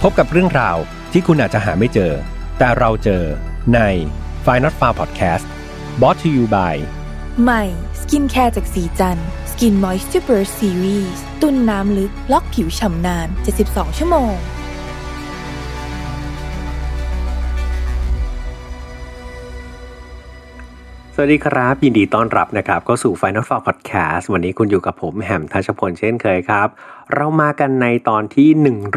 พบกับเรื่องราวที่คุณอาจจะหาไม่เจอแต่เราเจอใน Find Not Found Podcast Brought to you by ใหม่สกินแคร์จากสีจันทร์ Skin Moisture Burst Series ตุ้นน้ำลึกล็อกผิวฉ่ำนาน72ชั่วโมงสวัสดีครับยินดีต้อนรับนะครับก็สู่ Find Not Found Podcast วันนี้คุณอยู่กับผมแหม่มทัชพลเช่นเคยครับเรามากันในตอนที่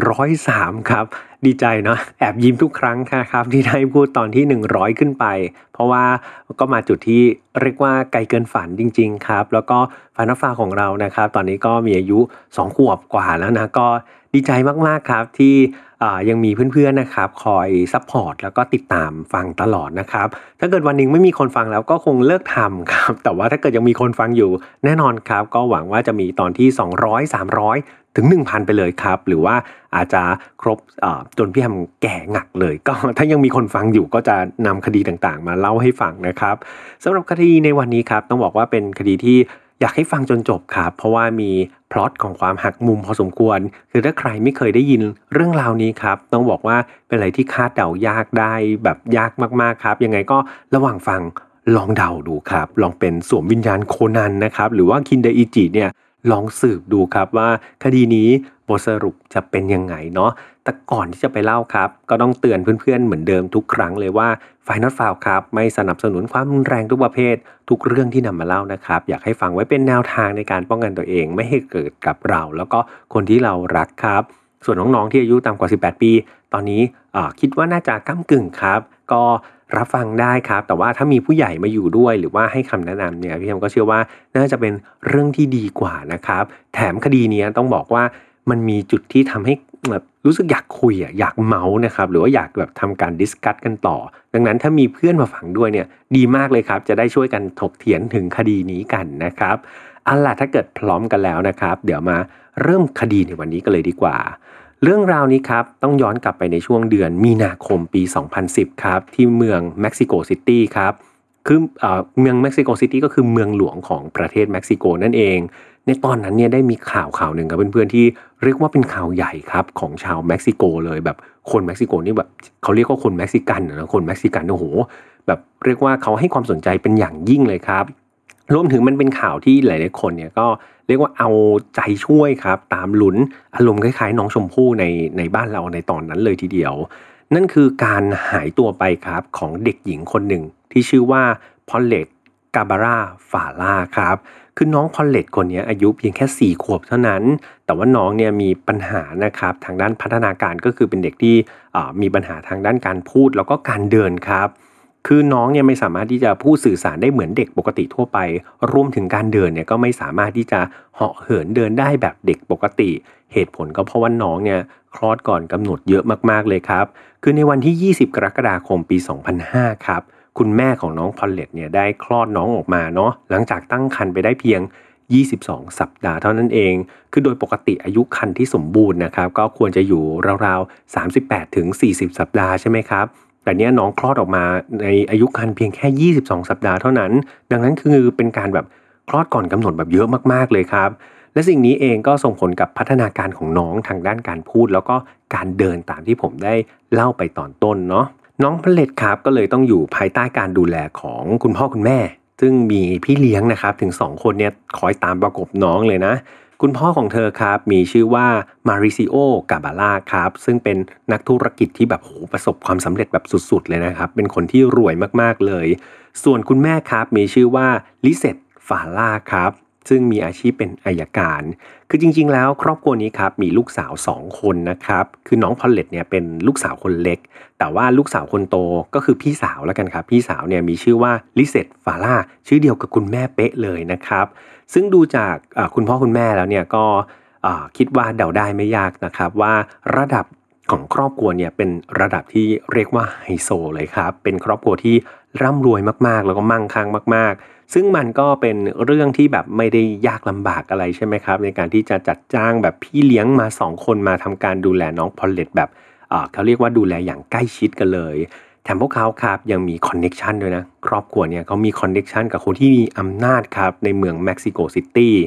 103ครับดีใจเนาะแอบยิ้มทุกครั้งครับที่ได้พูดตอนที่100ขึ้นไปเพราะว่าก็มาจุดที่เรียกว่าไกลเกินฝันจริงๆครับแล้วก็ Find Not Found ของเรานะครับตอนนี้ก็มีอายุ2ขวบกว่าแล้วนะก็ดีใจมากๆครับที่ยังมีเพื่อนๆนะครับคอยซัพพอร์ตแล้วก็ติดตามฟังตลอดนะครับถ้าเกิดวันนึงไม่มีคนฟังแล้วก็คงเลิกทำครับแต่ว่าถ้าเกิดยังมีคนฟังอยู่แน่นอนครับก็หวังว่าจะมีตอนที่200 300ถึง 1,000 ไปเลยครับหรือว่าอาจจะครบจนพี่แฮมแก่งักเลยก็ถ้ายังมีคนฟังอยู่ก็จะนำคดีต่างๆมาเล่าให้ฟังนะครับสำหรับคดีในวันนี้ครับต้องบอกว่าเป็นคดีที่อยากให้ฟังจนจบครับเพราะว่ามีพล็อตของความหักมุมพอสมควรคือถ้าใครไม่เคยได้ยินเรื่องราวนี้ครับต้องบอกว่าเป็นอะไรที่คาดเดายากได้แบบยากมากๆครับยังไงก็ระหว่างฟังลองเดาดูครับลองเป็นสวมวิญญาณโคนันนะครับหรือว่าคินเดอิจิเนี่ยลองสืบดูครับว่าคดีนี้บทสรุปจะเป็นยังไงเนาะแต่ก่อนที่จะไปเล่าครับก็ต้องเตือนเพื่อนๆเหมือนเดิมทุกครั้งเลยว่า Find Not Found ครับไม่สนับสนุนความรุนแรงทุกประเภททุกเรื่องที่นำมาเล่านะครับอยากให้ฟังไว้เป็นแนวทางในการป้องกันตัวเองไม่ให้เกิดกับเราแล้วก็คนที่เรารักครับส่วนน้องๆที่อายุต่ำกว่า18ปีตอนนี้คิดว่าน่าจะก้ำกึ่งครับก็รับฟังได้ครับแต่ว่าถ้ามีผู้ใหญ่มาอยู่ด้วยหรือว่าให้คำแนะนำเนี่ยพี่แฮมก็เชื่อว่าน่าจะเป็นเรื่องที่ดีกว่านะครับแถมคดีนี้ต้องบอกว่ามันมีจุดที่ทำให้แบบรู้สึกอยากคุยอยากเมาส์นะครับหรือว่าอยากแบบทำการดิสคัสกันต่อดังนั้นถ้ามีเพื่อนมาฟังด้วยเนี่ยดีมากเลยครับจะได้ช่วยกันถกเถียงถึงคดีนี้กันนะครับเอาล่ะถ้าเกิดพร้อมกันแล้วนะครับเดี๋ยวมาเริ่มคดีในวันนี้กันเลยดีกว่าเรื่องราวนี้ครับต้องย้อนกลับไปในช่วงเดือนมีนาคมปี2010ครับที่เมืองเม็กซิโกซิตี้ครับคือเมืองเม็กซิโกซิตี้ก็คือเมืองหลวงของประเทศเม็กซิโกนั่นเองในตอนนั้นเนี่ยได้มีข่าวหนึ่งครับเพื่อนๆที่เรียกว่าเป็นข่าวใหญ่ครับของชาวเม็กซิโกเลยแบบคนเม็กซิโกนี่แบบเขาเรียกว่าคนเม็กซิกันนะคนเม็กซิกันโอ้โหแบบเรียกว่าเขาให้ความสนใจเป็นอย่างยิ่งเลยครับรวมถึงมันเป็นข่าวที่หลายๆคนเนี่ยก็เรียกว่าเอาใจช่วยครับตามลุ้นอารมณ์คล้ายๆน้องชมพู่ในบ้านเราในตอนนั้นเลยทีเดียวนั่นคือการหายตัวไปครับของเด็กหญิงคนหนึ่งที่ชื่อว่าพอลเลตกาบาราฟาล่าครับคือน้องพอลเลตคนนี้อายุเพียงแค่4ขวบเท่านั้นแต่ว่าน้องเนี่ยมีปัญหานะครับทางด้านพัฒนาการก็คือเป็นเด็กที่มีปัญหาทางด้านการพูดแล้วก็การเดินครับคือน้องเนี่ยไม่สามารถที่จะพูดสื่อสารได้เหมือนเด็กปกติทั่วไปรวมถึงการเดินเนี่ยก็ไม่สามารถที่จะเหาะเหินเดินได้แบบเด็กปกติเหตุผลก็เพราะว่าน้องเนี่ยคลอดก่อนกำหนดเยอะมากๆเลยครับคือในวันที่20กรกฎาคมปี2005ครับคุณแม่ของน้องพอลเลตเนี่ยได้คลอดน้องออกมาเนาะหลังจากตั้งครรภ์ไปได้เพียง22สัปดาห์เท่านั้นเองคือโดยปกติอายุครรภ์ที่สมบูรณ์นะครับก็ควรจะอยู่ราวๆ38ถึง40สัปดาห์ใช่ไหมครับแต่เนี้ยน้องคลอดออกมาในอายุครรภ์เพียงแค่22สัปดาห์เท่านั้นดังนั้นคือเป็นการแบบคลอดก่อนกำหนดแบบเยอะมากๆเลยครับและสิ่งนี้เองก็ส่งผลกับพัฒนาการของน้องทางด้านการพูดแล้วก็การเดินตามที่ผมได้เล่าไปตอนต้นเนาะน้องพอลเลตครับก็เลยต้องอยู่ภายใต้การดูแลของคุณพ่อคุณแม่ซึ่งมีพี่เลี้ยงนะครับถึง2คนเนี่ยคอยตามประกบน้องเลยนะคุณพ่อของเธอครับมีชื่อว่ามาริซิโอกาบาล่าครับซึ่งเป็นนักธุรกิจที่แบบโหประสบความสำเร็จแบบสุดๆเลยนะครับเป็นคนที่รวยมากๆเลยส่วนคุณแม่ครับมีชื่อว่าลิเซตฟาล่าครับซึ่งมีอาชีพเป็นอัยการคือจริงๆแล้วครอบครัวนี้ครับมีลูกสาว2คนนะครับคือน้องพอลเลตเนี่ยเป็นลูกสาวคนเล็กแต่ว่าลูกสาวคนโตก็คือพี่สาวแล้วกันครับพี่สาวเนี่ยมีชื่อว่าลิเซตฟาล่าชื่อเดียวกับคุณแม่เป๊ะเลยนะครับซึ่งดูจากคุณพ่อคุณแม่แล้วเนี่ยก็คิดว่าเดาได้ไม่ยากนะครับว่าระดับของครอบครัวเนี่ยเป็นระดับที่เรียกว่าไฮโซเลยครับเป็นครอบครัวที่ร่ำรวยมากๆแล้วก็มั่งคั่งมากๆซึ่งมันก็เป็นเรื่องที่แบบไม่ได้ยากลำบากอะไรใช่ไหมครับในการที่จะจัดจ้างแบบพี่เลี้ยงมา2คนมาทำการดูแลน้องพอลเลตแบบเขาเรียกว่าดูแลอย่างใกล้ชิดกันเลยแถมพวกเขาครับยังมีคอนเนคชันด้วยนะครอบครัวเนี่ยเขามีคอนเนคชันกับคนที่มีอำนาจครับในเมืองเม็กซิโกซิตี้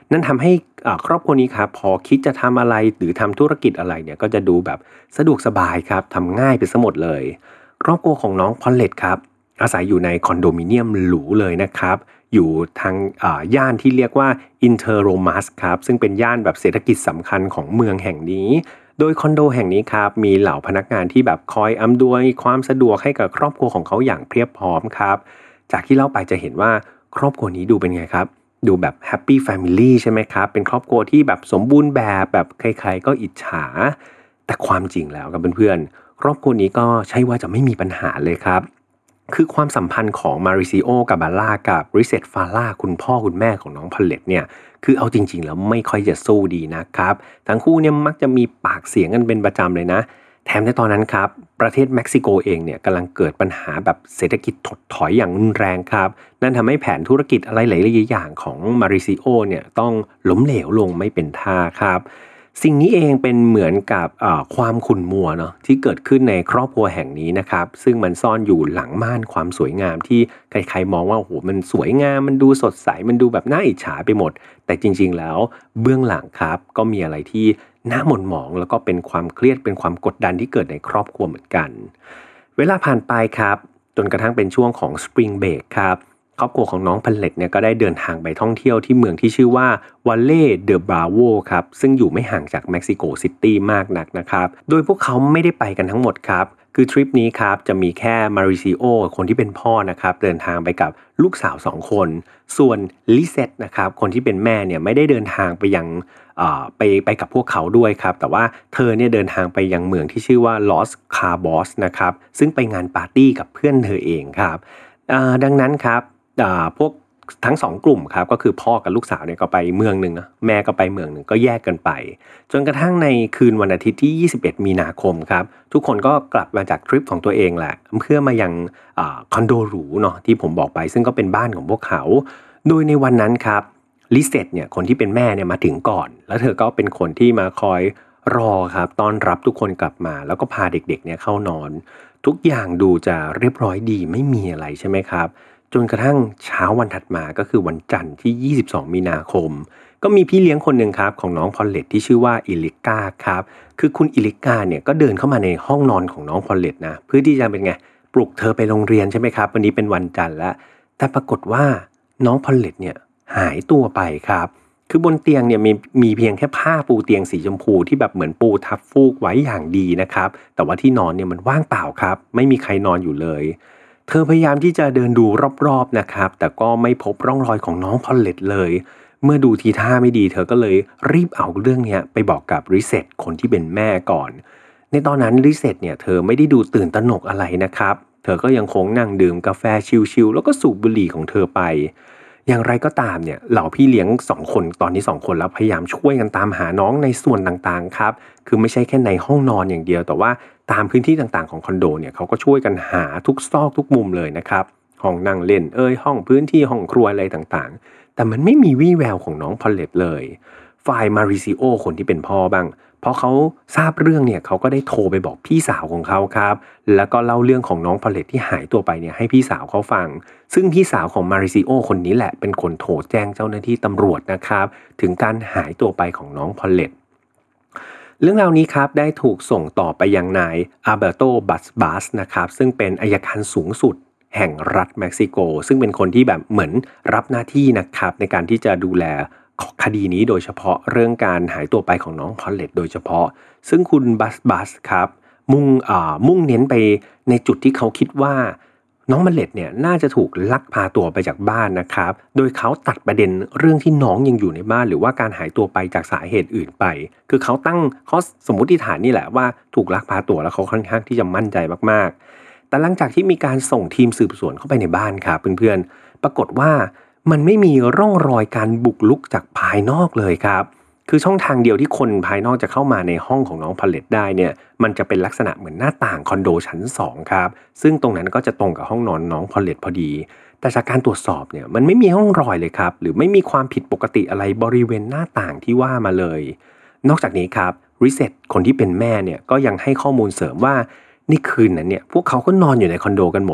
นั่นทำให้ครอบครัวนี้ครับพอคิดจะทำอะไรหรือทำธุรกิจอะไรเนี่ยก็จะดูแบบสะดวกสบายครับทำง่ายไปซะหมดเลยครอบครัวของน้องพอลเลตครับอาศัยอยู่ในคอนโดมิเนียมหรูเลยนะครับอยู่ทางย่านที่เรียกว่าอินเทอร์โรมัสครับซึ่งเป็นย่านแบบเศรษฐกิจสำคัญของเมืองแห่งนี้โดยคอนโดแห่งนี้ครับมีเหล่าพนักงานที่แบบคอยอำนวยความสะดวกให้กับครอบครัวของเขาอย่างเพียบพร้อมครับจากที่เล่าไปจะเห็นว่าครอบครัวนี้ดูเป็นไงครับดูแบบแฮปปี้แฟมิลี่ใช่ไหมครับเป็นครอบครัวที่แบบสมบูรณ์แบบใครๆก็อิจฉาแต่ความจริงแล้วกับเพื่อนๆครอบครัวนี้ก็ใช่ว่าจะไม่มีปัญหาเลยครับคือความสัมพันธ์ของมาริซิโอกับบาร่ากับริเซตฟาร่าคุณพ่อคุณแม่ของน้องพอลเลตเนี่ยคือเอาจริงๆแล้วไม่ค่อยจะสู้ดีนะครับทั้งคู่เนี่ยมักจะมีปากเสียงกันเป็นประจำเลยนะแถมในตอนนั้นครับประเทศเม็กซิโกเองเนี่ยกำลังเกิดปัญหาแบบเศรษฐกิจถดถอยอย่างรุนแรงครับนั่นทำให้แผนธุรกิจอะไรหลายๆอย่างของมาริซิโอเนี่ยต้องล้มเหลวลงไม่เป็นท่าครับสิ่งนี้เองเป็นเหมือนกับความขุ่นมัวเนาะที่เกิดขึ้นในครอบครัวแห่งนี้นะครับซึ่งมันซ่อนอยู่หลังม่านความสวยงามที่ใครๆมองว่าโอ้โหมันสวยงามมันดูสดใสมันดูแบบน่าอิจฉาไปหมดแต่จริงๆแล้วเบื้องหลังครับก็มีอะไรที่น่าหม่นหมองแล้วก็เป็นความเครียดเป็นความกดดันที่เกิดในครอบครัวเหมือนกันเวลาผ่านไปครับจนกระทั่งเป็นช่วงของสปริงเบรกครับครอบครัวของน้องพอลเลตเนี่ยก็ได้เดินทางไปท่องเที่ยวที่เมืองที่ชื่อว่าวาเล่เดอบราโวครับซึ่งอยู่ไม่ห่างจากเม็กซิโกซิตี้มากนักนะครับโดยพวกเขาไม่ได้ไปกันทั้งหมดครับคือทริปนี้ครับจะมีแค่มาริซิโอคนที่เป็นพ่อนะครับเดินทางไปกับลูกสาว2คนส่วนลิเซตนะครับคนที่เป็นแม่เนี่ยไม่ได้เดินทางไปยังไปกับพวกเขาด้วยครับแต่ว่าเธอเนี่ยเดินทางไปยังเมืองที่ชื่อว่าลอสคาบอสนะครับซึ่งไปงานปาร์ตี้กับเพื่อนเธอเองครับดังนั้นครับพวกทั้ง2กลุ่มครับก็คือพ่อกับลูกสาวเนี่ยก็ไปเมืองนึงนะแม่ก็ไปเมืองนึงก็แยกกันไปจนกระทั่งในคืนวันอาทิตย์ที่21มีนาคมครับทุกคนก็กลับมาจากทริปของตัวเองแหละเพื่อมายังคอนโดหรูเนาะที่ผมบอกไปซึ่งก็เป็นบ้านของพวกเขาโดยในวันนั้นครับลิเซตเนี่ยคนที่เป็นแม่เนี่ยมาถึงก่อนแล้วเธอก็เป็นคนที่มาคอยรอครับต้อนรับทุกคนกลับมาแล้วก็พาเด็กๆเนี่ยเข้านอนทุกอย่างดูจะเรียบร้อยดีไม่มีอะไรใช่ไหมครับจนกระทั่งเช้าวันถัดมาก็คือวันจันทร์ที่22มีนาคมก็มีพี่เลี้ยงคนหนึ่งครับของน้องพอลเลตที่ชื่อว่าอิลิก้าครับคือคุณอิลิก้าเนี่ยก็เดินเข้ามาในห้องนอนของน้องพอลเลตนะเพื่อที่จะเป็นไงปลุกเธอไปโรงเรียนใช่ไหมครับวันนี้เป็นวันจันทร์แล้วแต่ปรากฏว่าน้องพอลเลตเนี่ยหายตัวไปครับคือบนเตียงเนี่ยมีเพียงแค่ผ้าปูเตียงสีชมพูที่แบบเหมือนปูทับฟูกไว้อย่างดีนะครับแต่ว่าที่นอนเนี่ยมันว่างเปล่าครับไม่มีใครนอนอยู่เลยเธอพยายามที่จะเดินดูรอบๆนะครับแต่ก็ไม่พบร่องรอยของน้องพอลเลตเลยเมื่อดูทีท่าไม่ดีเธอก็เลยรีบเอาเรื่องนี้ไปบอกกับริเซตคนที่เป็นแม่ก่อนในตอนนั้นริเซตเนี่ยเธอไม่ได้ดูตื่นตระหนกอะไรนะครับเธอก็ยังคงนั่งดื่มกาแฟชิลๆแล้วก็สูบบุหรี่ของเธอไปอย่างไรก็ตามเนี่ยเหล่าพี่เลี้ยง2คนตอนนี้2คนแล้วพยายามช่วยกันตามหาน้องในส่วนต่างๆครับคือไม่ใช่แค่ในห้องนอนอย่างเดียวแต่ว่าตามพื้นที่ต่างๆของคอนโดเนี่ยเขาก็ช่วยกันหาทุกซอกทุกมุมเลยนะครับห้องนั่งเล่นห้องพื้นที่ห้องครัวอะไรต่างๆแต่มันไม่มีวี่แววของน้องพอลเลตเลยฝ่ายมาริซิโอคนที่เป็นพ่อบ้างพอเขาทราบเรื่องเนี่ยเขาก็ได้โทรไปบอกพี่สาวของเขาครับแล้วก็เล่าเรื่องของน้องพอลเลตที่หายตัวไปเนี่ยให้พี่สาวเขาฟังซึ่งพี่สาวของมาริซิโอคนนี้แหละเป็นคนโทรแจ้งเจ้าหน้าที่ตำรวจนะครับถึงการหายตัวไปของน้องพอลเลตเรื่องราวนี้ครับได้ถูกส่งต่อไปยังนายอาเบโตบัสนะครับซึ่งเป็นอัยการสูงสุดแห่งรัฐเม็กซิโกซึ่งเป็นคนที่แบบเหมือนรับหน้าที่นะครับในการที่จะดูแลคดีนี้โดยเฉพาะเรื่องการหายตัวไปของน้องพอลเลตโดยเฉพาะซึ่งคุณบัสครับมุ่งเน้นไปในจุดที่เขาคิดว่าน้องพอลเลตเนี่ยน่าจะถูกลักพาตัวไปจากบ้านนะครับโดยเขาตัดประเด็นเรื่องที่น้องยังอยู่ในบ้านหรือว่าการหายตัวไปจากสาเหตุอื่นไปคือเขาตั้งข้อสมมติฐานนี่แหละว่าถูกลักพาตัวแล้วเขาค่อนข้างที่จะมั่นใจมากๆแต่หลังจากที่มีการส่งทีมสืบสวนเข้าไปในบ้านครับเพื่อนๆปรากฏว่ามันไม่มีร่องรอยการบุกรุกจากภายนอกเลยครับคือช่องทางเดียวที่คนภายนอกจะเข้ามาในห้องของน้องพอลเลตได้เนี่ยมันจะเป็นลักษณะเหมือนหน้าต่างคอนโดชั้น2ครับซึ่งตรงนั้นก็จะตรงกับห้องนอนน้องพอลเลตพอดีแต่จากการตรวจสอบเนี่ยมันไม่มีร่องรอยเลยครับหรือไม่มีความผิดปกติอะไรบริเวณหน้าต่างที่ว่ามาเลยนอกจากนี้ครับริเซตคนที่เป็นแม่เนี่ยก็ยังให้ข้อมูลเสริมว่าในคืนนั้นเนี่ยพวกเขาก็นอนอยู่ในคอนโดกันหมดนะ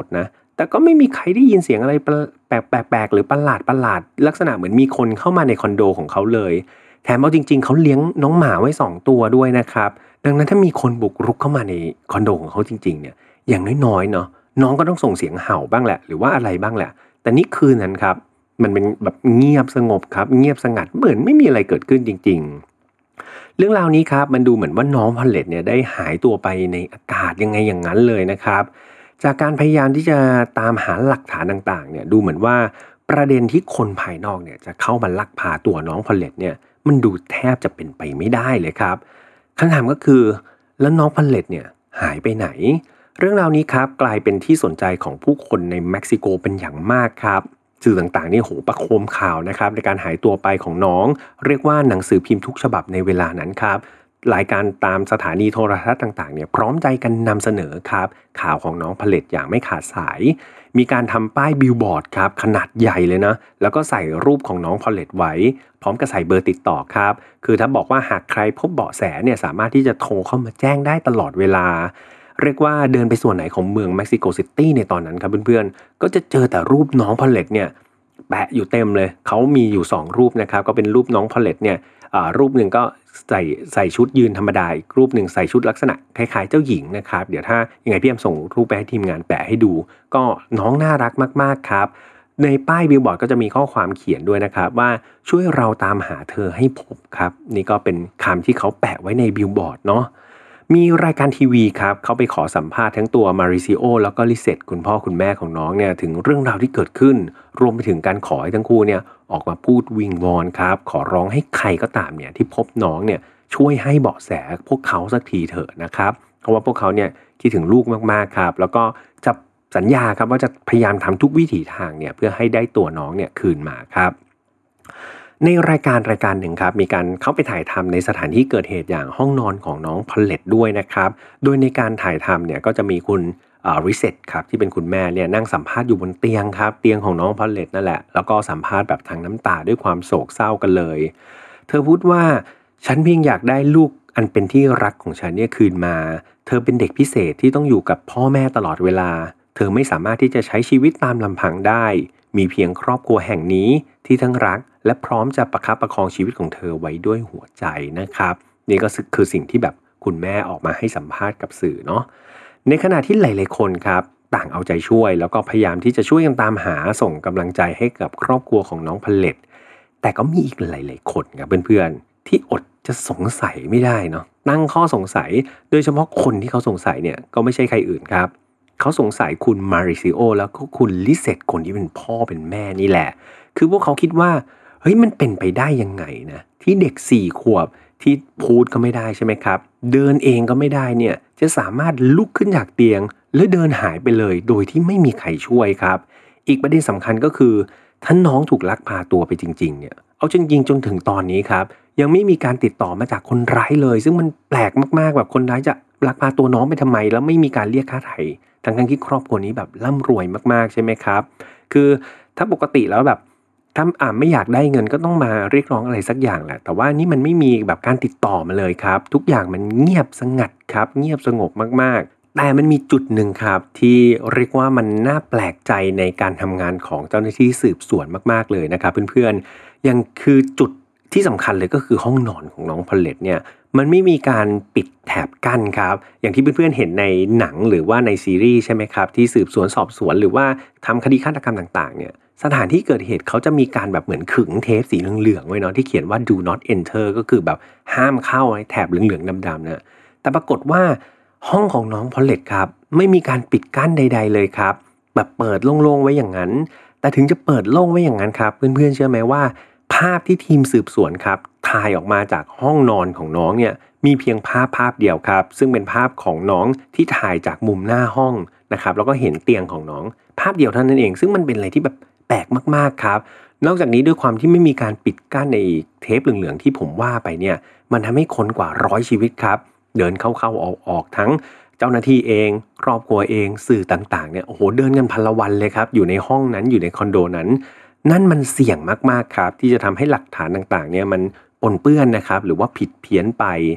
แต่ก็ไม่มีใครได้ยินเสียงอะไรแปลกๆหรือประหลาดลักษณะเหมือนมีคนเข้ามาในคอนโดของเขาเลยแถมเอาจริงๆเขาเลี้ยงน้องหมาไว้2ตัวด้วยนะครับดังนั้นถ้ามีคนบุกรุกเข้ามาในคอนโดของเขาจริงๆเนี่ยอย่างน้อยๆเนาะน้องก็ต้องส่งเสียงเห่าบ้างแหละหรือว่าอะไรบ้างแหละแต่นี่คืนนั้นครับมันเป็นแบบเงียบสงบครับเงียบสงัดเหมือนไม่มีอะไรเกิดขึ้นจริงๆเรื่องราวนี้ครับมันดูเหมือนว่าน้องพอลเลตเนี่ยได้หายตัวไปในอากาศยังไงอย่างนั้นเลยนะครับจากการพยายามที่จะตามหาหลักฐานต่างๆเนี่ยดูเหมือนว่าประเด็นที่คนภายนอกเนี่ยจะเข้ามาลักพาตัวน้องพอลเลตเนี่ยมันดูแทบจะเป็นไปไม่ได้เลยครับคำถามก็คือแล้วน้องพอลเลตเนี่ยหายไปไหนเรื่องราวนี้ครับกลายเป็นที่สนใจของผู้คนในเม็กซิโกเป็นอย่างมากครับสื่อต่างๆนี่โหประโคมข่าวนะครับในการหายตัวไปของน้องเรียกว่าหนังสือพิมพ์ทุกฉบับในเวลานั้นครับรายการตามสถานีโทรทัศน์ต่างๆเนี่ยพร้อมใจกันนำเสนอครับข่าวของน้องพอลเลตอย่างไม่ขาดสายมีการทำป้ายบิลบอร์ดครับขนาดใหญ่เลยนะแล้วก็ใส่รูปของน้องพอลเลตไว้พร้อมกับใส่เบอร์ติดต่อครับคือถ้าบอกว่าหากใครพบเบาะแสเนี่ยสามารถที่จะโทรเข้ามาแจ้งได้ตลอดเวลาเรียกว่าเดินไปส่วนไหนของเมืองเม็กซิโกซิตี้ในตอนนั้นครับเพื่อนๆก็จะเจอแต่รูปน้องพอลเลตเนี่ยแปะอยู่เต็มเลยเขามีอยู่2รูปนะครับก็เป็นรูปน้องพอลเลตเนี่ยรูปหนึ่งก็ใส่ชุดยืนธรรมดาอีกรูปหนึ่งใส่ชุดลักษณะคล้ายๆเจ้าหญิงนะครับเดี๋ยวถ้ายังไงพี่แอมส่งรูปไปให้ทีมงานแปะให้ดูก็น้องน่ารักมากๆครับในป้ายบิลบอร์ดก็จะมีข้อความเขียนด้วยนะครับว่าช่วยเราตามหาเธอให้พบครับนี่ก็เป็นคำที่เขาแปะไว้ในบิลบอร์ดเนาะมีรายการทีวีครับเขาไปขอสัมภาษณ์ทั้งตัวมาริซิโอแล้วก็ลิเซตคุณพ่อคุณแม่ของน้องเนี่ยถึงเรื่องราวที่เกิดขึ้นรวมไปถึงการขอให้ทั้งคู่เนี่ยออกมาพูดวิงวอนครับขอร้องให้ใครก็ตามเนี่ยที่พบน้องเนี่ยช่วยให้เบาะแสพวกเขาสักทีเถอะนะครับเพราะว่าพวกเขาเนี่ยคิดถึงลูกมากๆครับแล้วก็จะสัญญาครับว่าจะพยายามทำทุกวิถีทางเนี่ยเพื่อให้ได้ตัวน้องเนี่ยคืนมาครับในรายการหนึ่งครับมีการเข้าไปถ่ายทำในสถานที่เกิดเหตุอย่างห้องนอนของน้องพอลเลตด้วยนะครับโดยในการถ่ายทำเนี่ยก็จะมีคุณริเซตครับที่เป็นคุณแม่เนี่ยนั่งสัมภาษณ์อยู่บนเตียงครับเตียงของน้องพอลเลตนั่นแหละแล้วก็สัมภาษณ์แบบทางน้ำตาด้วยความโศกเศร้ากันเลยเธอพูดว่าฉันเพียงอยากได้ลูกอันเป็นที่รักของฉันเนี่ยคืนมาเธอเป็นเด็กพิเศษที่ต้องอยู่กับพ่อแม่ตลอดเวลาเธอไม่สามารถที่จะใช้ชีวิตตามลำพังได้มีเพียงครอบครัวแห่งนี้ที่ทั้งรักและพร้อมจะประคับประคองชีวิตของเธอไว้ด้วยหัวใจนะครับนี่ก็คือสิ่งที่แบบคุณแม่ออกมาให้สัมภาษณ์กับสื่อเนาะในขณะที่หลายๆคนครับต่างเอาใจช่วยแล้วก็พยายามที่จะช่วยกันตามหาส่งกำลังใจให้กับครอบครัวของน้องพอลเลตแต่ก็มีอีกหลายๆคนครับเพื่อนๆที่อดจะสงสัยไม่ได้เนาะตั้งข้อสงสัยโดยเฉพาะคนที่เขาสงสัยเนี่ยก็ไม่ใช่ใครอื่นครับเขาสงสัยคุณมาริซิโอแล้วก็คุณลิเซตคนที่เป็นพ่อเป็นแม่นี่แหละคือพวกเขาคิดว่าเฮ้ยมันเป็นไปได้ยังไงนะที่เด็ก4 ขวบที่พูดก็ไม่ได้ใช่ไหมครับเดินเองก็ไม่ได้เนี่ยจะสามารถลุกขึ้นจากเตียงแล้วเดินหายไปเลยโดยที่ไม่มีใครช่วยครับอีกประเด็นสำคัญก็คือถ้าน้องถูกลักพาตัวไปจริงๆเนี่ยเอาจริงๆจนถึงตอนนี้ครับยังไม่มีการติดต่อมาจากคนร้ายเลยซึ่งมันแปลกมากๆแบบคนร้ายจะลักพาตัวน้องไปทำไมแล้วไม่มีการเรียกค่าไถ่ทั้งที่ครอบครัวนี้แบบร่ำรวยมากๆใช่ไหมครับคือถ้าปกติแล้วแบบถ้าไม่อยากได้เงินก็ต้องมาเรียกร้องอะไรสักอย่างแหละแต่ว่านี่มันไม่มีแบบการติดต่อมาเลยครับทุกอย่างมันเงียบสงัดครับเงียบสงบมากๆแต่มันมีจุดหนึ่งครับที่เรียกว่ามันน่าแปลกใจในการทำงานของเจ้าหน้าที่สืบสวนมากๆเลยนะครับเพื่อนๆอย่างคือจุดที่สำคัญเลยก็คือห้องนอนของน้องพอลเลตเนี่ยมันไม่มีการปิดแถบกั้นครับอย่างที่เพื่อนๆเห็นในหนังหรือว่าในซีรีส์ใช่ไหมครับที่สืบสวนสอบสวนหรือว่าทำคดีฆาตกรรมต่างๆเนี่ยสถานที่เกิดเหตุเขาจะมีการแบบเหมือนขึงเทปสีเหลืองๆไว้เนาะที่เขียนว่า do not enter ก็คือแบบห้ามเข้าไอ้แถบเหลืองๆดำๆนะแต่ปรากฏว่าห้องของน้องพอลเลตครับไม่มีการปิดกั้นใดๆเลยครับแบบเปิดโล่งๆไว้อย่างนั้นแต่ถึงจะเปิดโล่งไว้อย่างนั้นครับเพื่อนๆเชื่อไหมว่าภาพที่ทีมสืบสวนครับถ่ายออกมาจากห้องนอนของน้องเนี่ยมีเพียงภาพเดียวครับซึ่งเป็นภาพของน้องที่ถ่ายจากมุมหน้าห้องนะครับแล้วก็เห็นเตียงของน้องภาพเดียวเท่านั้นเองซึ่งมันเป็นอะไรที่แบบแปลกมากๆครับนอกจากนี้ด้วยความที่ไม่มีการปิดกั้นในเทปเหลืองๆที่ผมว่าไปเนี่ยมันทำให้คนกว่า100ชีวิตครับเดินเข้าๆออกทั้งเจ้าหน้าที่เองครอบครัวเองสื่อต่างๆเนี่ยโอ้โหเดินกันพันละวันเลยครับอยู่ในห้องนั้นอยู่ในคอนโดนั้นนั่นมันเสี่ยงมากๆครับที่จะทำให้หลักฐานต่างๆเนี่ยมันปนเปื้อนนะครับหรือว่าผิดเพี้ยนไป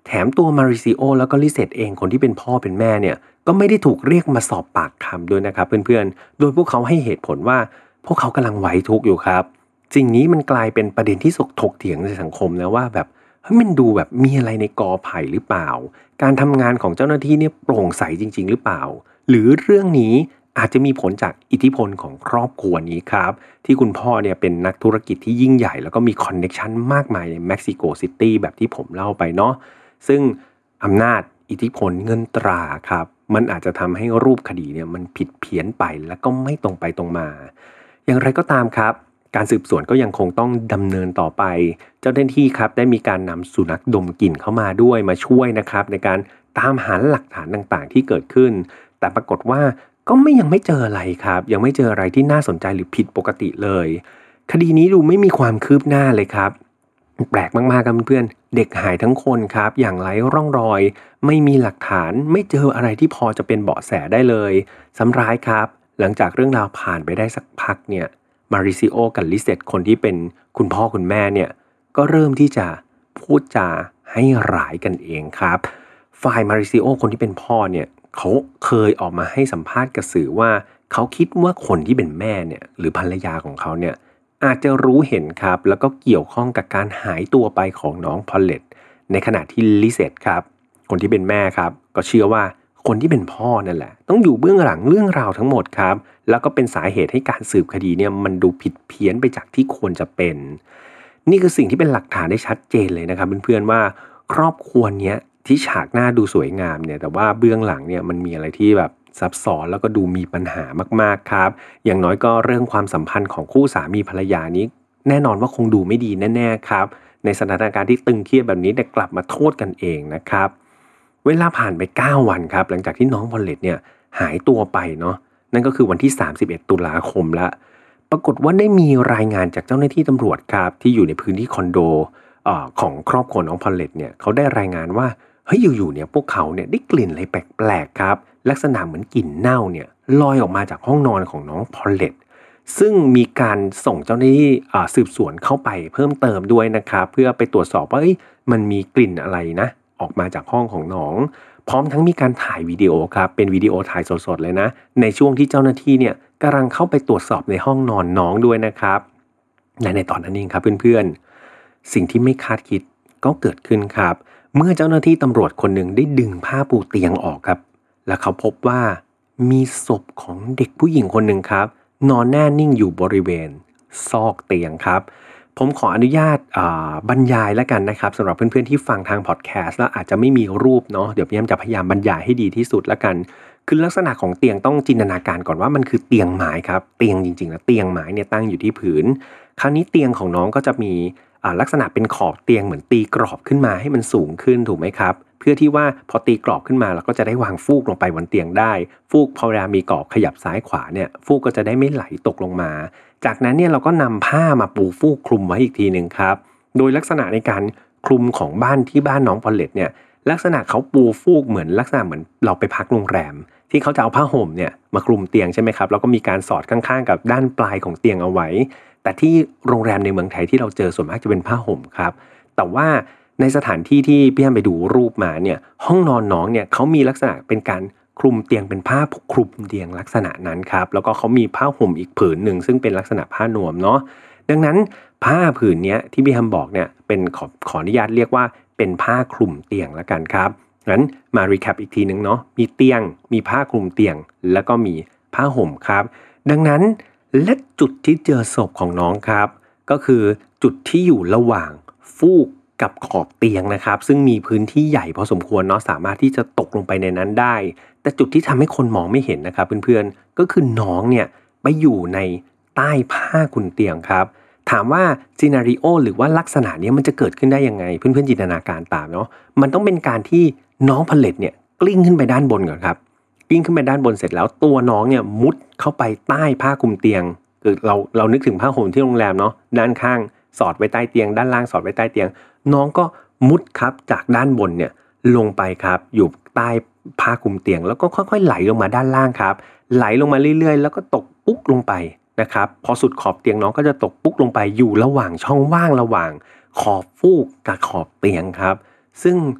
แถมตัวมาริซิโอแล้วก็ลิเซตเองคนที่เป็นพ่อเป็นแม่เนี่ยก็ไม่ได้ถูกเรียกมาสอบปากคำด้วยนะครับเพื่อนๆโดยพวกเขาให้เหตุผลว่าพวกเขากำลังไหวทุกข์อยู่ครับสิ่งนี้มันกลายเป็นประเด็นที่ถกเถียงในสังคมนะว่าแบบมันดูแบบมีอะไรในกอไผ่หรือเปล่าการทำงานของเจ้าหน้าที่เนี่ยโปร่งใสจริงๆหรือเปล่าหรือเรื่องนี้อาจจะมีผลจากอิทธิพลของครอบครัวนี้ครับที่คุณพ่อเนี่ยเป็นนักธุรกิจที่ยิ่งใหญ่แล้วก็มีคอนเนคชั่นมากมายในเม็กซิโกซิตี้แบบที่ผมเล่าไปเนาะซึ่งอำนาจอิทธิพลเงินตราครับมันอาจจะทำให้รูปคดีเนี่ยมันผิดเพี้ยนไปแล้วก็ไม่ตรงไปตรงมาอย่างไรก็ตามครับการสืบสวนก็ยังคงต้องดำเนินต่อไปเจ้าหน้าที่ครับได้มีการนำสุนัขดมกลิ่นเข้ามาด้วยมาช่วยนะครับในการตามหาหลักฐานต่างๆที่เกิดขึ้นแต่ปรากฏว่าก็ยังไม่เจออะไรครับยังไม่เจออะไรที่น่าสนใจหรือผิดปกติเลยคดีนี้ดูไม่มีความคืบหน้าเลยครับแปลกมากๆครับเพื่อนเด็กหายทั้งคนครับอย่างไร้ร่องรอยไม่มีหลักฐานไม่เจออะไรที่พอจะเป็นเบาะแสได้เลยซ้ำร้ายครับหลังจากเรื่องราวผ่านไปได้สักพักเนี่ยมาริซิโอกับลิเซตคนที่เป็นคุณพ่อคุณแม่เนี่ยก็เริ่มที่จะพูดจาให้ร้ายกันเองครับฝ่ายมาริซิโอคนที่เป็นพ่อเนี่ยเขาเคยออกมาให้สัมภาษณ์กับสื่อว่าเขาคิดว่าคนที่เป็นแม่เนี่ยหรือภรรยาของเขาเนี่ยอาจจะรู้เห็นครับแล้วก็เกี่ยวข้องกับการหายตัวไปของน้องพอลเลตในขณะที่ลิเซตครับคนที่เป็นแม่ครับก็เชื่อว่าคนที่เป็นพ่อนั่นแหละต้องอยู่เบื้องหลังเรื่องราวทั้งหมดครับแล้วก็เป็นสาเหตุให้การสืบคดีเนี่ยมันดูผิดเพี้ยนไปจากที่ควรจะเป็นนี่คือสิ่งที่เป็นหลักฐานได้ชัดเจนเลยนะครับเพื่อนๆว่าครอบครัวเนี้ยที่ฉากหน้าดูสวยงามเนี่ยแต่ว่าเบื้องหลังเนี่ยมันมีอะไรที่แบบซับซ้อนแล้วก็ดูมีปัญหามากๆครับอย่างน้อยก็เรื่องความสัมพันธ์ของคู่สามีภรรยานี้แน่นอนว่าคงดูไม่ดีแน่ๆครับในสถานการณ์ที่ตึงเครียดแบบนี้แต่กลับมาโทษกันเองนะครับเวลาผ่านไป9วันครับหลังจากที่น้องพอลเลตเนี่ยหายตัวไปเนาะนั่นก็คือวันที่31ตุลาคมแล้วปรากฏว่าได้มีรายงานจากเจ้าหน้าที่ตำรวจครับที่อยู่ในพื้นที่คอนโดของครอบครัวน้องพอลเลตเนี่ยเขาได้รายงานว่าเฮ้ยอยู่ๆเนี่ยพวกเขาเนี่ยได้กลิ่นอะไรแปลกๆครับลักษณะเหมือนกลิ่นเน่าเนี่ยลอยออกมาจากห้องนอนของน้องพอลเลตซึ่งมีการส่งเจ้าหน้าที่สืบสวนเข้าไปเพิ่มเติมด้วยนะครับเพื่อไปตรวจสอบว่ามันมีกลิ่นอะไรนะออกมาจากห้องของน้องพร้อมทั้งมีการถ่ายวิดีโอครับเป็นวิดีโอถ่ายสดๆเลยนะในช่วงที่เจ้าหน้าที่เนี่ยกำลังเข้าไปตรวจสอบในห้องนอนน้องด้วยนะครับและในตอนนั้นเองครับเพื่อนๆสิ่งที่ไม่คาดคิดก็เกิดขึ้นครับเมื่อเจ้าหน้าที่ตำรวจคนหนึ่งได้ดึงผ้าปูเตียงออกครับและเขาพบว่ามีศพของเด็กผู้หญิงคนหนึ่งครับนอนแน่นิ่งอยู่บริเวณซอกเตียงครับผมขออนุญาตบรรยายแล้วกันนะครับสำหรับเพื่อนๆที่ฟังทางพอดแคสต์แล้วอาจจะไม่มีรูปเนาะเดี๋ยวพี่แอมจะพยายามบรรยายให้ดีที่สุดแล้วกันคือลักษณะของเตียงต้องจินตนาการก่อนว่ามันคือเตียงไม้ครับเตียงจริงๆแล้วเตียงไม้เนี่ยตั้งอยู่ที่พื้นคราวนี้เตียงของน้องก็จะมีลักษณะเป็นขอบเตียงเหมือนตีกรอบขึ้นมาให้มันสูงขึ้นถูกไหมครับเพื่อที่ว่าพอตีกรอบขึ้นมาเราก็จะได้วางฟูกลงไปบนเตียงได้ฟูกพอเวลามีกรอบขยับซ้ายขวาเนี่ยฟูกก็จะได้ไม่ไหลตกลงมาจากนั้นเนี่ยเราก็นำผ้ามาปูฟูกคลุมไว้อีกทีนึงครับโดยลักษณะในการคลุมของบ้านที่บ้านน้องพอลเลตเนี่ยลักษณะเขาปูฟูกเหมือนลักษณะเหมือนเราไปพักโรงแรมที่เขาจะเอาผ้าห่มเนี่ยมาคลุมเตียงใช่ไหมครับแล้วก็มีการสอดข้างๆกับด้านปลายของเตียงเอาไว้แต่ที่โรงแรมในเมืองไทยที่เราเจอส่วนมากจะเป็นผ้าห่มครับแต่ว่าในสถานที่ที่พี่แอมไปดูรูปมาเนี่ยห้องนอนน้องเนี่ยเขามีลักษณะเป็นการคลุมเตียงเป็นผ้าคลุมเตียงลักษณะนั้นครับแล้วก็เขามีผ้าห่มอีกผืนหนึ่งซึ่งเป็นลักษณะผ้านวมเนาะดังนั้นผ้าผืนนี้ที่พี่แอมบอกเนี่ยเป็นขออนุญาตเรียกว่าเป็นผ้าคลุมเตียงละกันครับงั้นมารีแคปอีกทีนึงเนาะมีเตียงมีผ้าคลุมเตียงแล้วก็มีผ้าห่มครับดังนั้นและจุดที่เจอศพของน้องครับก็คือจุดที่อยู่ระหว่างฟูกกับขอบเตียงนะครับซึ่งมีพื้นที่ใหญ่พอสมควรเนาะสามารถที่จะตกลงไปในนั้นได้แต่จุดที่ทำให้คนมองไม่เห็นนะครับเพื่อนๆก็คือน้องเนี่ยไปอยู่ในใต้ผ้าคลุมเตียงครับถามว่าซีนาริโอหรือว่าลักษณะนี้มันจะเกิดขึ้นได้ยังไงเพื่อนๆจินตนาการตามเนาะมันต้องเป็นการที่น้องพอลเลตเนี่ยกลิ้งขึ้นไปด้านบนก่อนครับกลิ้งขึ้นไปด้านบนเสร็จแล้วตัวน้องเนี่ยมุดเข้าไปใต้ผ้าคลุมเตียงคือเรานึกถึงผ้าห่มที่โรงแรมเนาะด้านข้างสอดไว้ใต้เตียงด้านล่างสอดไว้ใต้เตียงน้องก็มุดครับจากด้านบนเนี่ยลงไปครับอยู่ใต้ผ้าคลุมเตียงแล้วก็ค่อยๆไหลลงมาด้านล่างครับไหลลงมาเรื่อยๆแล้วก็ตกปุ๊กลงไปนะครับพอสุดขอบเตียงน้องก็จะตกปุ๊กลงไปอยู่ระหว่างช่องว่างระหว่างขอบฟูกกับขอบเตียงครับซึ่ง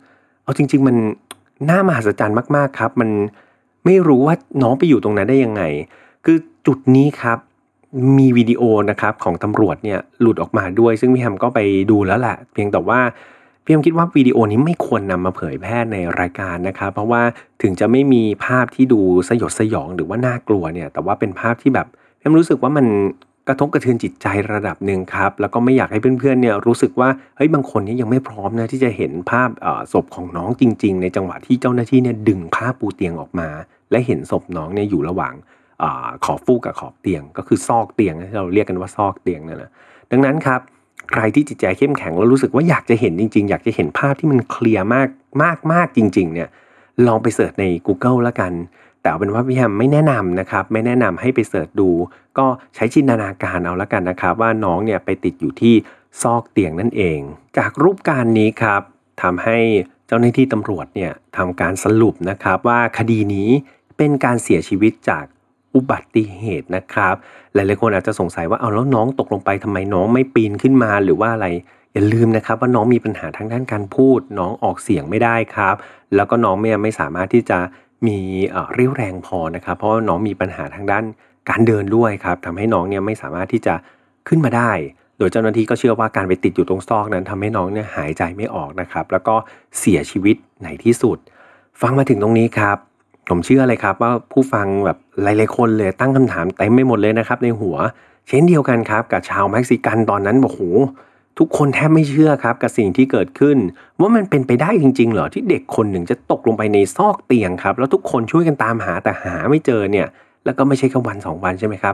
เอาจริงๆมันน่ามหัศจรรย์มากๆครับมันไม่รู้ว่าน้องไปอยู่ตรงนั้นได้ยังไงคือจุดนี้ครับมีวิดีโอนะครับของตำรวจเนี่ยหลุดออกมาด้วยซึ่งพี่แฮมก็ไปดูแล้วแหละเพียงแต่ว่าพี่แฮมคิดว่าวิดีโอนี้ไม่ควรนำมาเผยแพร่ในรายการนะครับเพราะว่าถึงจะไม่มีภาพที่ดูสยดสยองหรือว่าน่ากลัวเนี่ยแต่ว่าเป็นภาพที่แบบพี่แฮมรู้สึกว่ามันกระทบกระเทือนจิตใจระดับหนึ่งครับแล้วก็ไม่อยากให้เพื่อนๆเนี่ยรู้สึกว่าเฮ้ยบางคนเนี่ยยังไม่พร้อมนะที่จะเห็นภาพศพของน้องจริงๆในจังหวะที่เจ้าหน้าที่เนี่ยดึงผ้าปูเตียงออกมาและเห็นศพน้องเนี่ยอยู่ระหว่างขอบฟูกกับขอบเตียงก็คือซอกเตียงที่เราเรียกกันว่าซอกเตียงนั่นแหละดังนั้นครับใครที่จิตใจเข้มแข็งแล้วรู้สึกว่าอยากจะเห็นจริงๆอยากจะเห็นภาพที่มันเคลียร์มากจริงๆเนี่ยลองไปเสิร์ชใน Google แล้วกันแต่เอาเป็นว่าพี่แฮมไม่แนะนำนะครับไม่แนะนำให้ไปเสิร์ชดูก็ใช้จินตนาการเอาละกันนะครับว่าน้องเนี่ยไปติดอยู่ที่ซอกเตียงนั่นเองจากรูปการนี้ครับทำให้เจ้าหน้าที่ตำรวจเนี่ยทำการสรุปนะครับว่าคดีนี้เป็นการเสียชีวิตจากอุบัติเหตุนะครับหลายๆคนอาจจะสงสัยว่าเอาแล้วน้องตกลงไปทำไมน้องไม่ปีนขึ้นมาหรือว่าอะไรอย่าลืมนะครับว่าน้องมีปัญหาทางด้านการพูดน้องออกเสียงไม่ได้ครับแล้วก็น้องไม่สามารถที่จะมีเรี่ยวแรงพอนะครับเพราะว่าน้องมีปัญหาทางด้านการเดินด้วยครับทำให้น้องเนี่ยไม่สามารถที่จะขึ้นมาได้โดยเจ้าหน้าที่ก็เชื่อว่าการไปติดอยู่ตรงซอกนั้นทำให้น้องเนี่ยหายใจไม่ออกนะครับแล้วก็เสียชีวิตในที่สุดฟังมาถึงตรงนี้ครับผมเชื่อเลยครับว่าผู้ฟังแบบหลายๆคนเลยตั้งคำถามเต็มไปหมดเลยนะครับในหัวเช่นเดียวกันครับกับชาวเม็กซิกันตอนนั้นโอ้โหทุกคนแทบไม่เชื่อครับกับสิ่งที่เกิดขึ้นว่ามันเป็นไปได้จริงๆเหรอที่เด็กคนหนึ่งจะตกลงไปในซอกเตียงครับแล้วทุกคนช่วยกันตามหาแต่หาไม่เจอเนี่ยแล้วก็ไม่ใช่แค่วัน2วันใช่ไหมครับ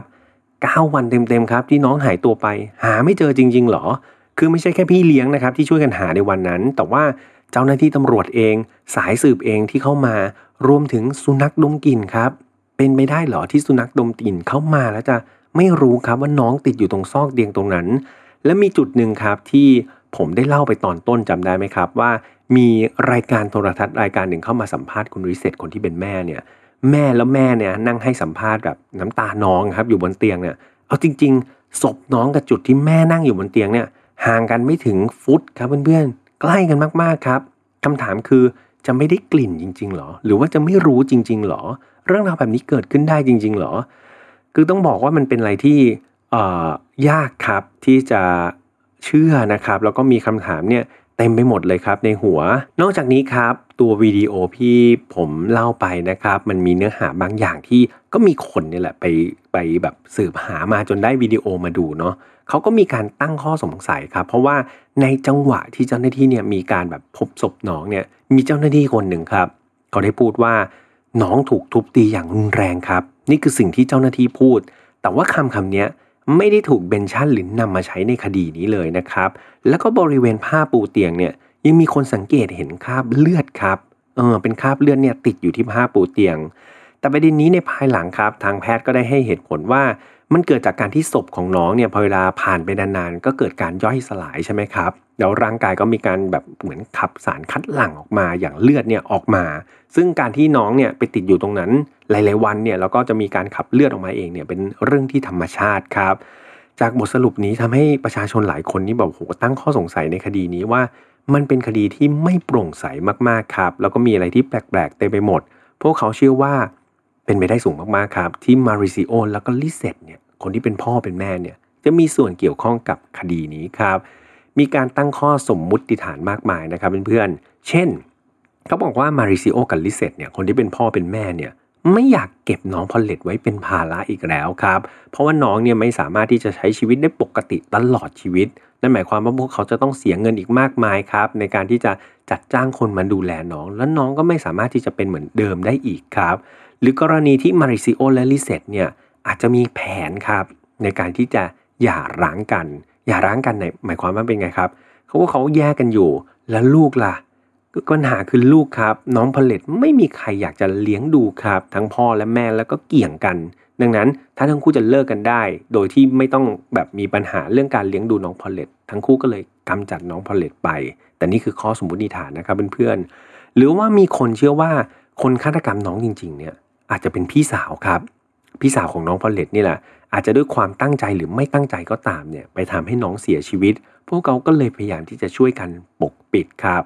9วันเต็มๆครับที่น้องหายตัวไปหาไม่เจอจริงๆเหรอคือไม่ใช่แค่พี่เลี้ยงนะครับที่ช่วยกันหาในวันนั้นแต่ว่าเจ้าหน้าที่ตำรวจเองสายสืบเองที่เข้ามารวมถึงสุนัขดมกลิ่นครับเป็นไปได้เหรอที่สุนัขดมกลิ่นเข้ามาแล้วจะไม่รู้ครับว่าน้องติดอยู่ตรงซอกเตียงตรงนั้นและมีจุดหนึ่งครับที่ผมได้เล่าไปตอนต้นจำได้ไหมครับว่ามีรายการโทรทัศน์รายการหนึ่งเข้ามาสัมภาษณ์คุณริเซตคนที่เป็นแม่เนี่ยแม่เนี่ยนั่งให้สัมภาษณ์แบบน้ำตาน้องครับอยู่บนเตียงเนี่ยเอาจริงๆศพน้องกับจุดที่แม่นั่งอยู่บนเตียงเนี่ยห่างกันไม่ถึงฟุตครับเพื่อนๆใกล้กันมากๆครับคำถามคือจะไม่ได้กลิ่นจริงๆหรอหรือว่าจะไม่รู้จริงๆหรอเรื่องราวแบบนี้เกิดขึ้นได้จริงๆหรอคือต้องบอกว่ามันเป็นอะไรที่ยากครับที่จะเชื่อนะครับแล้วก็มีคำถามเนี่ยเต็มไปหมดเลยครับในหัวนอกจากนี้ครับตัววิดีโอที่ผมเล่าไปนะครับมันมีเนื้อหาบางอย่างที่ก็มีคนเนี่ยแหละไปแบบสืบหามาจนได้วิดีโอมาดูเนาะเขาก็มีการตั้งข้อสงสัยครับเพราะว่าในจังหวะที่เจ้าหน้าที่เนี่ยมีการแบบพบศพน้องเนี่ยมีเจ้าหน้าที่คนหนึ่งครับเขาได้พูดว่าน้องถูกทุบตีอย่างรุนแรงครับนี่คือสิ่งที่เจ้าหน้าที่พูดแต่ว่าคำนี้ไม่ได้ถูกเบนชั่นหรือนำมาใช้ในคดีนี้เลยนะครับแล้วก็บริเวณผ้าปูเตียงเนี่ยยังมีคนสังเกตเห็นคราบเลือดครับเป็นคราบเลือดเนี่ยติดอยู่ที่ผ้าปูเตียงแต่ประเด็นนี้ในภายหลังครับทางแพทย์ก็ได้ให้เหตุผลว่ามันเกิดจากการที่ศพของน้องเนี่ยพอเวลาผ่านไปนานๆก็เกิดการย่อยสลายใช่ไหมครับแล้วร่างกายก็มีการแบบเหมือนขับสารคัดหลั่งออกมาอย่างเลือดเนี่ยออกมาซึ่งการที่น้องเนี่ยไปติดอยู่ตรงนั้นหลายๆวันเนี่ยแล้วก็จะมีการขับเลือดออกมาเองเนี่ยเป็นเรื่องที่ธรรมชาติครับจากบทสรุปนี้ทำให้ประชาชนหลายคนนี่แบบโหตั้งข้อสงสัยในคดีนี้ว่ามันเป็นคดีที่ไม่โปร่งใสมากๆครับแล้วก็มีอะไรที่แปลกๆเต็มไปหมดพวกเขาเชื่อว่าเป็นไปได้สูงมากๆครับที่มาริซิโอแล้วก็ลิเซตเนี่ยคนที่เป็นพ่อเป็นแม่เนี่ยจะมีส่วนเกี่ยวข้องกับคดีนี้ครับมีการตั้งข้อสมมุติฐานมากมายนะครับเพื่อนๆเช่นเขาบอกว่ามาริซิโอกับลิเซตเนี่ยคนที่เป็นพ่อเป็นแม่เนี่ยไม่อยากเก็บน้องพอลเลตไว้เป็นภาระอีกแล้วครับเพราะว่าน้องเนี่ยไม่สามารถที่จะใช้ชีวิตได้ปกติตลอดชีวิตนั่นหมายความว่าพวกเขาจะต้องเสียเงินอีกมากมายครับในการที่จะจัดจ้างคนมาดูแลน้องและน้องก็ไม่สามารถที่จะเป็นเหมือนเดิมได้อีกครับหรือกรณีที่มาริซิโอและลิเซตเนี่ยอาจจะมีแผนครับในการที่จะหย่าร้างกันในหมายความว่าเป็นไงครับเขาแยกกันอยู่แล้วลูกล่ะปัญหาคือลูกครับน้องพอลเลตไม่มีใครอยากจะเลี้ยงดูครับทั้งพ่อและแม่แล้วก็เกี่ยงกันดังนั้นถ้าทั้งคู่จะเลิกกันได้โดยที่ไม่ต้องแบบมีปัญหาเรื่องการเลี้ยงดูน้องพอลเลตทั้งคู่ก็เลยกำจัดน้องพอลเลตไปแต่นี่คือข้อสมมติฐานนะครับเพื่อนๆหรือว่ามีคนเชื่อว่าคนฆาตกรรมน้องจริงๆเนี่ยอาจจะเป็นพี่สาวครับพี่สาวของน้องพอลเลตนี่แหละอาจจะด้วยความตั้งใจหรือไม่ตั้งใจก็ตามเนี่ยไปทำให้น้องเสียชีวิตพวกเขาก็เลยพยายามที่จะช่วยกันปกปิดครับ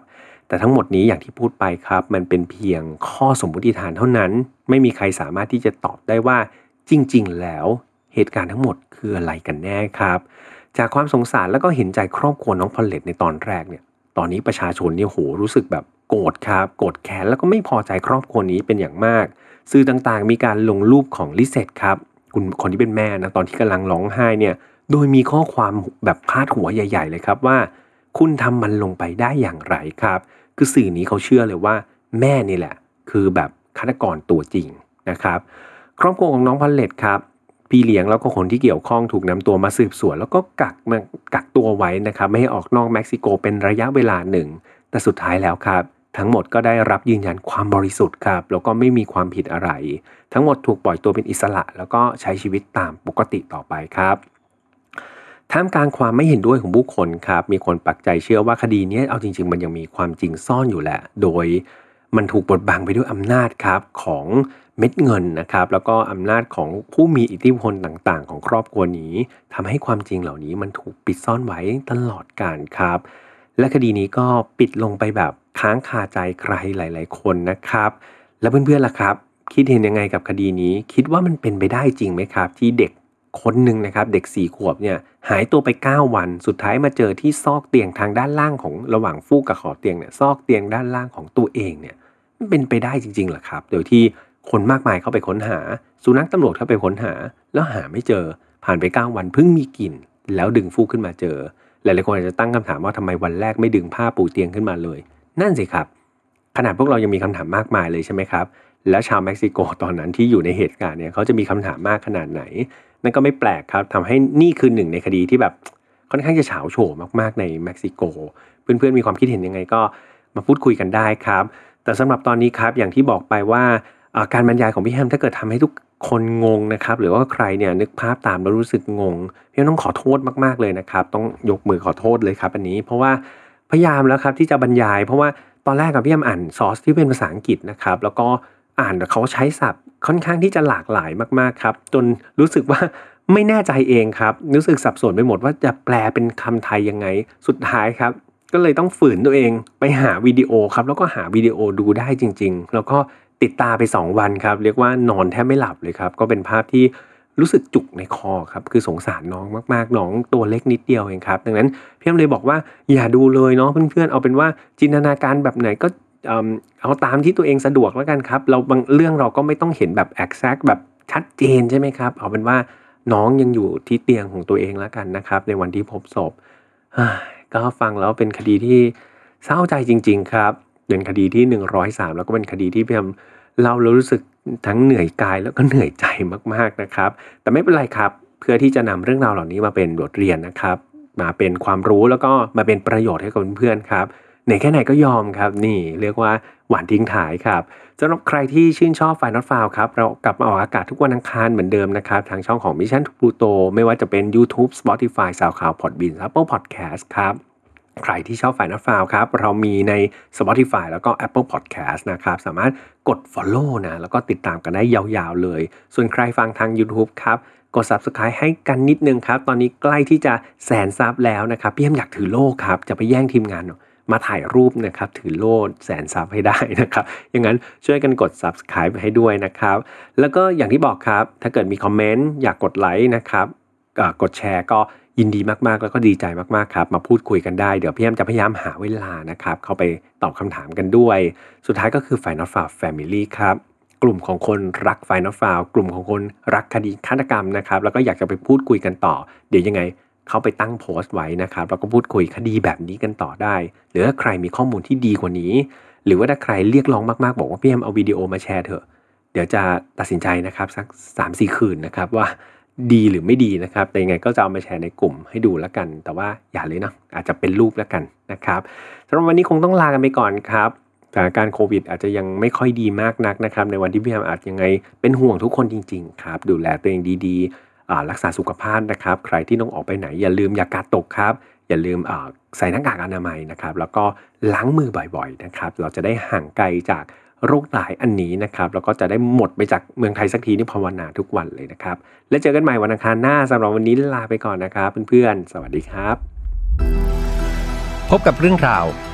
แต่ทั้งหมดนี้อย่างที่พูดไปครับมันเป็นเพียงข้อสมมุติฐานเท่านั้นไม่มีใครสามารถที่จะตอบได้ว่าจริงๆแล้วเหตุการณ์ทั้งหมดคืออะไรกันแน่ครับจากความสงสารแล้วก็เห็นใจครอบครัวน้องพอลเลตในตอนแรกเนี่ยตอนนี้ประชาชนเนี่ยโหรู้สึกแบบโกรธครับโกรธแค้นแล้วก็ไม่พอใจครอบครัวนี้เป็นอย่างมากสื่อต่างๆมีการลงรูปของลิเซตครับคนที่เป็นแม่นะตอนที่กำลังร้องไห้เนี่ยโดยมีข้อความแบบพาดหัวใหญ่ๆเลยครับว่าคุณทำมันลงไปได้อย่างไรครับคือสื่อนี้เขาเชื่อเลยว่าแม่นี่แหละคือแบบฆาตกรตัวจริงนะครับครอบครัวของน้องพอลเลตครับพี่เลี้ยงแล้วก็คนที่เกี่ยวข้องถูกนำตัวมาสืบสวนแล้วก็กักตัวไว้นะครับไม่ให้ออกนอกเม็กซิโกเป็นระยะเวลาหนึ่งแต่สุดท้ายแล้วครับทั้งหมดก็ได้รับยืนยันความบริสุทธิ์ครับแล้วก็ไม่มีความผิดอะไรทั้งหมดถูกปล่อยตัวเป็นอิสระแล้วก็ใช้ชีวิตตามปกติต่อไปครับท่ามกลางความไม่เห็นด้วยของผู้คนครับมีคนปักใจเชื่อว่าคดีนี้เอาจริงๆมันยังมีความจริงซ่อนอยู่แหละโดยมันถูกบดบังไปด้วยอำนาจครับของเม็ดเงินนะครับแล้วก็อำนาจของผู้มีอิทธิพลต่างๆของครอบครัวนี้ทำให้ความจริงเหล่านี้มันถูกปิดซ่อนไว้ตลอดกาลครับและคดีนี้ก็ปิดลงไปแบบค้างคาใจใครหลายๆคนนะครับแล้วเพื่อนๆล่ะครับคิดเห็นยังไงกับคดีนี้คิดว่ามันเป็นไปได้จริงไหมครับที่เด็กคนหนึ่งนะครับเด็ก4 ขวบเนี่ยหายตัวไป9 วันสุดท้ายมาเจอที่ซอกเตียงทางด้านล่างของระหว่างฟูกกับขอบเตียงเนี่ยซอกเตียงด้านล่างของตัวเองเนี่ยมันเป็นไปได้จริงๆเหรอครับโดยที่คนมากมายเข้าไปค้นหาสุนัขตำรวจเข้าไปค้นหาแล้วหาไม่เจอผ่านไป9 วันเพิ่งมีกลิ่นแล้วดึงฟูกขึ้นมาเจอหลายๆคนอาจจะตั้งคำถามว่าทำไมวันแรกไม่ดึงผ้าปูเตียงขึ้นมาเลยนั่นสิครับขนาดพวกเรายังมีคำถามมากมายเลยใช่ไหมครับแล้วชาวเม็กซิโกตอนนั้นที่อยู่ในเหตุการณ์เนี่ยเขาจะมีคำถามมากขนาดไหนนั่นก็ไม่แปลกครับทำให้นี่คือหนึ่งในคดีที่แบบค่อนข้างจะเฉาโฉมากๆในเม็กซิโกเพื่อนๆมีความคิดเห็นยังไงก็มาพูดคุยกันได้ครับแต่สำหรับตอนนี้ครับอย่างที่บอกไปว่าการบรรยายของพี่แฮมถ้าเกิดทำให้ทุกคนงงนะครับหรือว่าใครเนี่ยนึกภาพตามแล้วรู้สึกงงพี่ต้องขอโทษมากๆเลยนะครับต้องยกมือขอโทษเลยครับอันนี้เพราะว่าพยายามแล้วครับที่จะบรรยายเพราะว่าตอนแรกกับพี่แฮมอ่านซอสที่เป็นภาษาอังกฤษนะครับแล้วก็อ่านเขาใช้ศัพท์ค่อนข้างที่จะหลากหลายมากๆครับจนรู้สึกว่าไม่แน่ใจเองครับรู้สึกสับสนไปหมดว่าจะแปลเป็นคำไทยยังไงสุดท้ายครับก็เลยต้องฝืนตัวเองไปหาวิดีโอครับแล้วก็หาวิดีโอดูได้จริงๆแล้วก็ติดตาไป2 วันครับเรียกว่านอนแทบไม่หลับเลยครับก็เป็นภาพที่รู้สึกจุกในคอครับคือสงสารน้องมากๆน้องตัวเล็กนิดเดียวเองครับดังนั้นพี่แอมเลยบอกว่าอย่าดูเลยเนาะเพื่อนๆเอาเป็นว่าจินตนาการแบบไหนก็เอาตามที่ตัวเองสะดวกแล้วกันครับเราบางเรื่องเราก็ไม่ต้องเห็นแบบ exact แบบชัดเจนใช่ไหมครับเอาเป็นว่าน้องยังอยู่ที่เตียงของตัวเองแล้วกันนะครับในวันที่พบศพก็ฟังแล้วเป็นคดีที่เศร้าใจจริงๆครับเป็นคดีที่103แล้วก็เป็นคดีที่พี่แอมเรารู้สึกทั้งเหนื่อยกายแล้วก็เหนื่อยใจมากๆนะครับแต่ไม่เป็นไรครับเพื่อที่จะนำเรื่องราวเหล่านี้มาเป็นบทเรียนนะครับมาเป็นความรู้แล้วก็มาเป็นประโยชน์ให้กับเพื่อนๆครับไหนแค่ไหนก็ยอมครับนี่เรียกว่าหวานทิ้งท้ายครับสำหรับใครที่ชื่นชอบ File Not Found ครับเรากลับมาออกอากาศทุกวันอังคารเหมือนเดิมนะครับทางช่องของ Mission to Pluto ไม่ว่าจะเป็น YouTube Spotify SoundCloud Podbean Apple Podcast ครับใครที่ชอบ File Not Found ครับเรามีใน Spotify แล้วก็ Apple Podcast นะครับสามารถกด follow นะแล้วก็ติดตามกันได้ยาวๆเลยส่วนใครฟังทาง YouTube ครับกด Subscribe ให้กันนิดนึงครับตอนนี้ใกล้ที่จะ100,000 ซับแล้วนะครับพี่แอมอยากถือโล่ครับจะไปแย่งทีมงานมาถ่ายรูปนะครับถือโล่100,000 ซับให้ได้นะครับอย่างนั้นช่วยกันกด Subscribe ให้ด้วยนะครับแล้วก็อย่างที่บอกครับถ้าเกิดมีคอมเมนต์อยากกดไลค์นะครับกดแชร์ก็ยินดีมากๆแล้วก็ดีใจมากๆครับมาพูดคุยกันได้เดี๋ยวพี่แอมจะพยายามหาเวลานะครับเข้าไปตอบคำถามกันด้วยสุดท้ายก็คือ File Not Found Family ครับกลุ่มของคนรัก File Not Found กลุ่มของคนรักคดีฆาตกรรมนะครับแล้วก็อยากจะไปพูดคุยกันต่อเดี๋ยวยังไงเข้าไปตั้งโพสต์ไว้นะครับแล้วก็พูดคุยคดีแบบนี้กันต่อได้หรือถ้าใครมีข้อมูลที่ดีกว่านี้หรือว่าถ้าใครเรียกร้องมากๆบอกว่าพี่แอมเอาวิดีโอมาแชร์เถอะเดี๋ยวจะตัดสินใจนะครับสัก 3-4 คืนนะครับว่าดีหรือไม่ดีนะครับแต่ยังไงก็จะเอามาแชร์ในกลุ่มให้ดูแล้วกันแต่ว่าอย่าเลยนะอาจจะเป็นรูปแล้วกันนะครับสำหรับวันนี้คงต้องลากันไปก่อนครับสถานการณ์โควิดอาจจะยังไม่ค่อยดีมากนักนะครับในวันที่พี่แอมอาจยังไงเป็นห่วงทุกคนจริงๆครับดูแลตัวเองดีๆรักษาสุขภาพนะครับใครที่ต้องออกไปไหนอย่าลืมอย่ากาดตกครับอย่าลืมใส่หน้ากากอนามัยนะครับแล้วก็ล้างมือบ่อยๆนะครับเราจะได้ห่างไกลจากโรคหลายอันนี้นะครับแล้วก็จะได้หมดไปจากเมืองไทยสักทีนี่ภาวนาทุกวันเลยนะครับแล้วเจอกันใหม่วันอังคารหน้าสำหรับวันนี้ลาไปก่อนนะครับเพื่อนๆสวัสดีครับพบกับเรื่องราว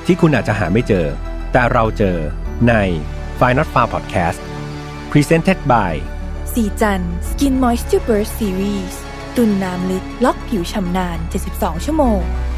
ที่คุณอาจจะหาไม่เจอแต่เราเจอใน Fine Not Far Podcast Presented by สีจัน Skin Moisture Burst Series ตุ่นน้ำลึกล็อกผิวชำนาน72 ชั่วโมง